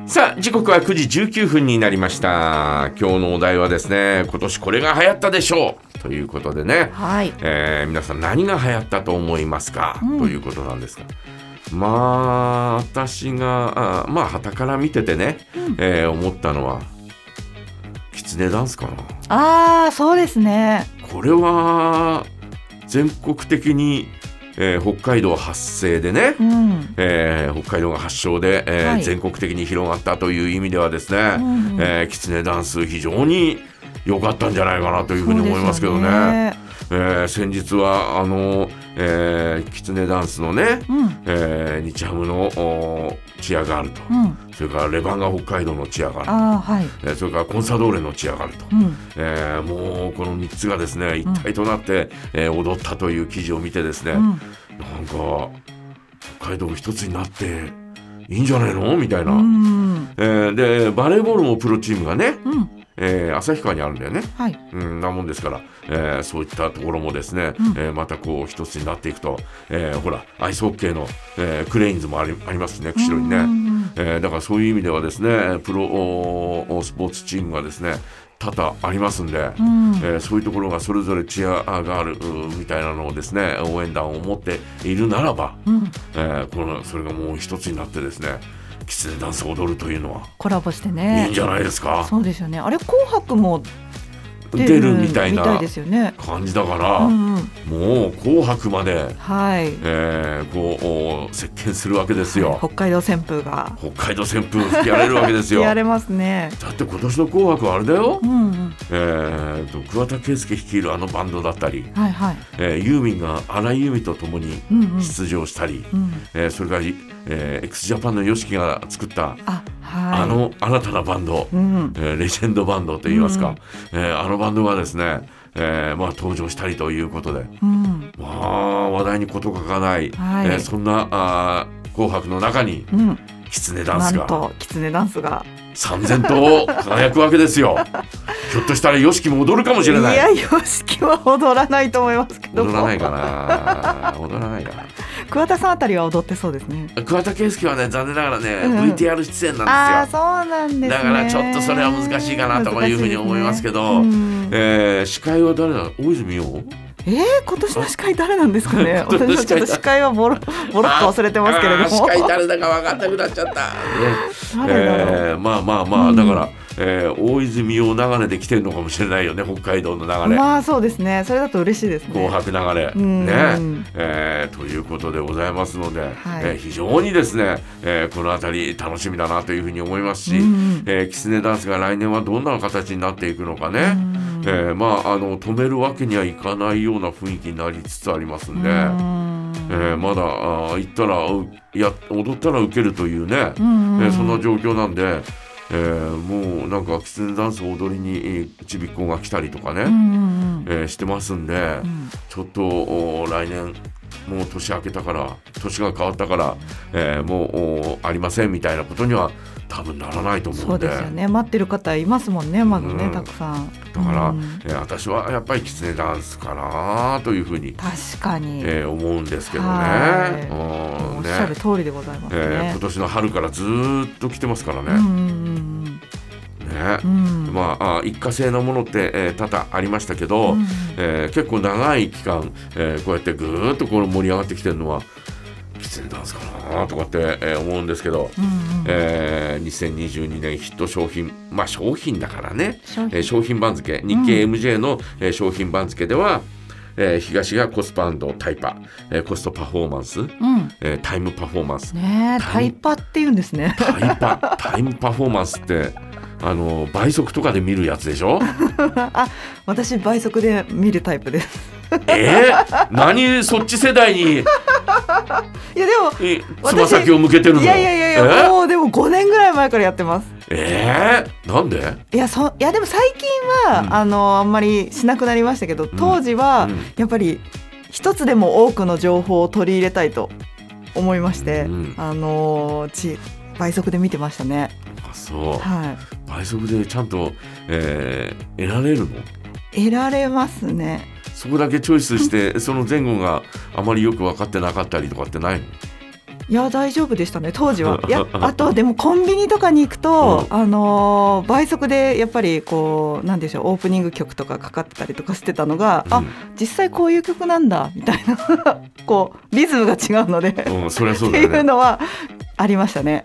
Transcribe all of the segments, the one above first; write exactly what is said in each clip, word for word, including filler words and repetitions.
さあ時刻はくじじゅうきゅうふんになりました。今日のお題はですね、今年これが流行ったでしょうということでね、 はいえー、皆さん何が流行ったと思いますか、うん、ということなんですが、まあ私があまあ傍から見ててね、うんえー、思ったのはキツネダンスかな。 ああそうですね。 これは全国的にえー、北海道発生でね、うんえー、北海道が発祥で、えーはい、全国的に広がったという意味ではですね、うんうんえー、キツネダンス非常に良かったんじゃないかなというふうに思いますけどね。えー、先日はあの、えー、キツネダンスのね、うんえー、日ハムのチアガールと、うん、それからレバンガ北海道のチアガールと、 あ、はいえー、それからコンサドーレのチアガールと、うんえー、もうこのみっつがですね一体となって、うんえー、踊ったという記事を見てですね、うん、なんか北海道一つになっていいんじゃないのみたいな、うんえー、でバレーボールもプロチームがね、うんえー、旭川にあるんだよね、はいうん、なもんですから、えー、そういったところもですね、うんえー、またこう一つになっていくと、えー、ほらアイスホッケーの、えー、クレインズもあり、ありますしね、釧路にね、えー、だからそういう意味ではですねプロスポーツチームがですね多々ありますんで、うんえー、そういうところがそれぞれチアガールみたいなのをですね応援団を持っているならば、うんえー、このそれがもう一つになってですねキツネダンスを踊るというのはコラボしてねいいんじゃないですか。 そうですよね。あれ紅白も出る, 出るみたいな感じだから、うんうん、もう紅白まで、はいえー、こう席巻するわけですよ、 はい、北海道旋風が北海道旋風吹き荒れるわけですよ吹き荒れますね。 だって今年の紅白はあれだよ、うんうんえー、と桑田佳祐率いるあのバンドだったり、はいはいえー、ユーミンが荒井由実と共に出場したり、うんうんえー、それから、えー、x ジャパンの ヨシキ が作ったあはい、あの新たなバンド、うんえー、レジェンドバンドといいますか、うんえー、あのバンドがですね、えーまあ、登場したりということで、うんまあ、話題に事欠かない、はいえー、そんなあ紅白の中に、うん、キツネダンスがなんとキツネダンスが三千と輝くわけですよひょっとしたらヨシキも踊るかもしれない。 いやヨシキは踊らないと思いますけど踊らないかな踊らないかな桑田さんあたりは踊ってそうですね。 桑田佳祐はね残念ながらね、うん、ブイティーアール 出演なんですよ。 あそうなんですね。 だからちょっとそれは難しいかなというふうに思いますけど、ねうんえー、司会は誰だ大泉洋えー、今年の司会誰なんですかね私はちょっと司会はボロボロっと忘れてますけれども司会誰だか分かんなくなっちゃった、ねえー、まあまあまあ、うん、だから、えー、大泉洋流れで来てるのかもしれないよね北海道の流れ。 まあそうですねそれだと嬉しいですね紅白流れ、うんねえー、ということでございますので、はいえー、非常にですね、えー、このあたり楽しみだなというふうに思いますし、うんえー、キツネダンスが来年はどんな形になっていくのかね、うんえー、まああの止めるわけにはいかないような雰囲気になりつつありますんで、うんえー、まだあ行ったらや踊ったら受けるというね、うんえー、そんな状況なんでえー、もうなんかキツネダンス踊りにちびっこが来たりとかね、うんうんうんえー、してますんで、うん、ちょっと来年もう年明けたから年が変わったから、えー、もうありませんみたいなことには多分ならないと思うんで。 そうですよね待ってる方いますもんねまだね、うん、たくさんだから、うんえー、私はやっぱりキツネダンスかなというふうに確かに、 えー、思うんですけどね、 うん、おっしゃる通りでございますね、 えー、今年の春からずっと来てますからね、うんうんうんねうんまあ、あ一過性のものって、えー、多々ありましたけど、うんえー、結構長い期間、えー、こうやってぐーっとこの盛り上がってきてるのはキツネダンスかなとかって、えー、思うんですけど、うんうんえー、にせんにじゅうにねんヒット商品まあ商品だからね商品、えー、商品番付日経 エムジェー の、うんえー、商品番付ではえー、東がコスパ&タイパ、えー、コストパフォーマンス、うんえー、タイムパフォーマンス、 ね、タイパって言うんですねタイパタイムパフォーマンスってあの倍速とかで見るやつでしょあ私倍速で見るタイプですえー、何そっち世代にいやでもつま先を向けてるの。 いやいやいやいや、えー、もうでもごねんぐらい前からやってます。 えー、なんでいやそいやでも最近は、うん、あのあんまりしなくなりましたけど当時は、うん、やっぱり一つでも多くの情報を取り入れたいと思いまして、うん、あのち倍速で見てましたね。 あそう、はい、倍速でちゃんと、えー、得られるの？ 得られますね。 そこだけチョイスしてその前後があまりよく分かってなかったりとかってないの？ いや大丈夫でしたね当時は。いやあとでもコンビニとかに行くと、うん、あのー、倍速でやっぱりこうなんでしょうオープニング曲とかかかったりとかしてたのが、うん、あ実際こういう曲なんだみたいなこうリズムが違うので、 うん、そりゃそうだよね、 っていうのはありましたね。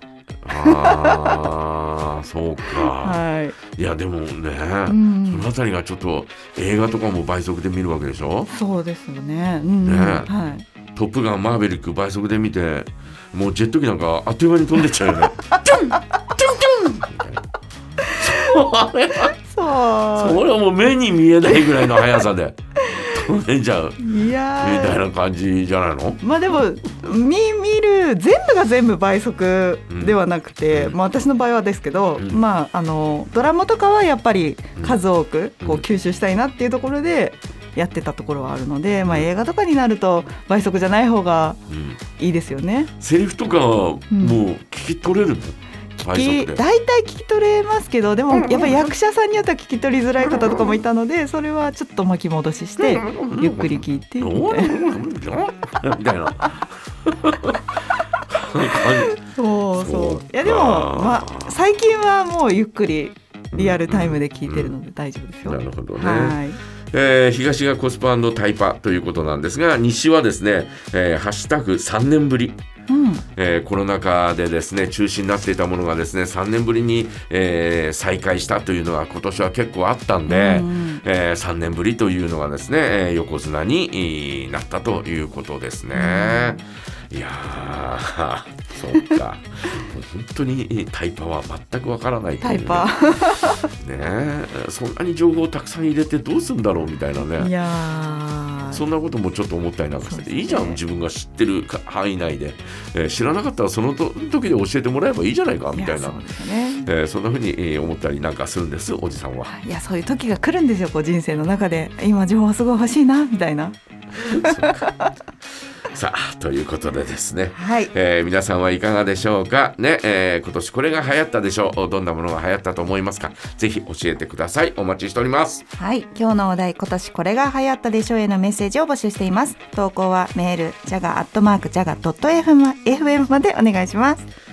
あそうか、 はい、 いやでもね、うん、そのあたりがちょっと映画とかも倍速で見るわけでしょ。 そうですよね、うん、 ね、 はい、 トップガンマーヴェリック倍速で見てもうジェット機なんかあっという間に飛んでっちゃうよねチュンチュンチュンみたいなそれはそれはもう目に見えないぐらいの速さで飛んでんじゃういやみたいな感じじゃないの。 まあでも見見る全部が全部倍速ではなくて、うん、まあ、私の場合はですけど、うん、まあ、あのドラマとかはやっぱり数多くこう吸収したいなっていうところでやってたところはあるので、まあ、映画とかになると倍速じゃない方がいいですよね、 うん、セリフとかもう聞き取れるの、 大体聞き取れますけどでもやっぱり役者さんによっては聞き取りづらい方とかもいたのでそれはちょっと巻き戻ししてゆっくり聞いてみたいなみたいなそうそういやでも、まあ、最近はもうゆっくりリアルタイムで聞いてるので大丈夫ですよ、 うんうん、なるほどね、 はい、 えー、東がコスパ&タイパということなんですが西はですね、えー、ハッシュタグさんねんぶり、うんえー、コロナ禍でですね中止になっていたものがですねさんねんぶりに、えー、再開したというのが今年は結構あったんで、うんえー、さんねんぶりというのがですね、えー、横綱になったということですね、うん、いやーそうか本当にタイパは全くわからないという、ね、 タイパねそんなに情報をたくさん入れてどうするんだろうみたいなね。 いやそんなこともちょっと思ったりなんかして、ね、いいじゃん自分が知ってる範囲内で、えー、知らなかったらその時で教えてもらえばいいじゃないかみたいな、いやそうですね、えー、そんな風に思ったりなんかするんですおじさんは。 いやそういう時が来るんですよこう人生の中で今情報すごい欲しいなみたいなさあということでですね、 はいえー、皆さんはいかがでしょうかね、えー、今年これが流行ったでしょう。どんなものが流行ったと思いますか。ぜひ教えてください。お待ちしております。 はい、今日のお題今年これが流行ったでしょうへのメッセージを募集しています。投稿はメールジャガアットマークジャガドットエフエムまでお願いします。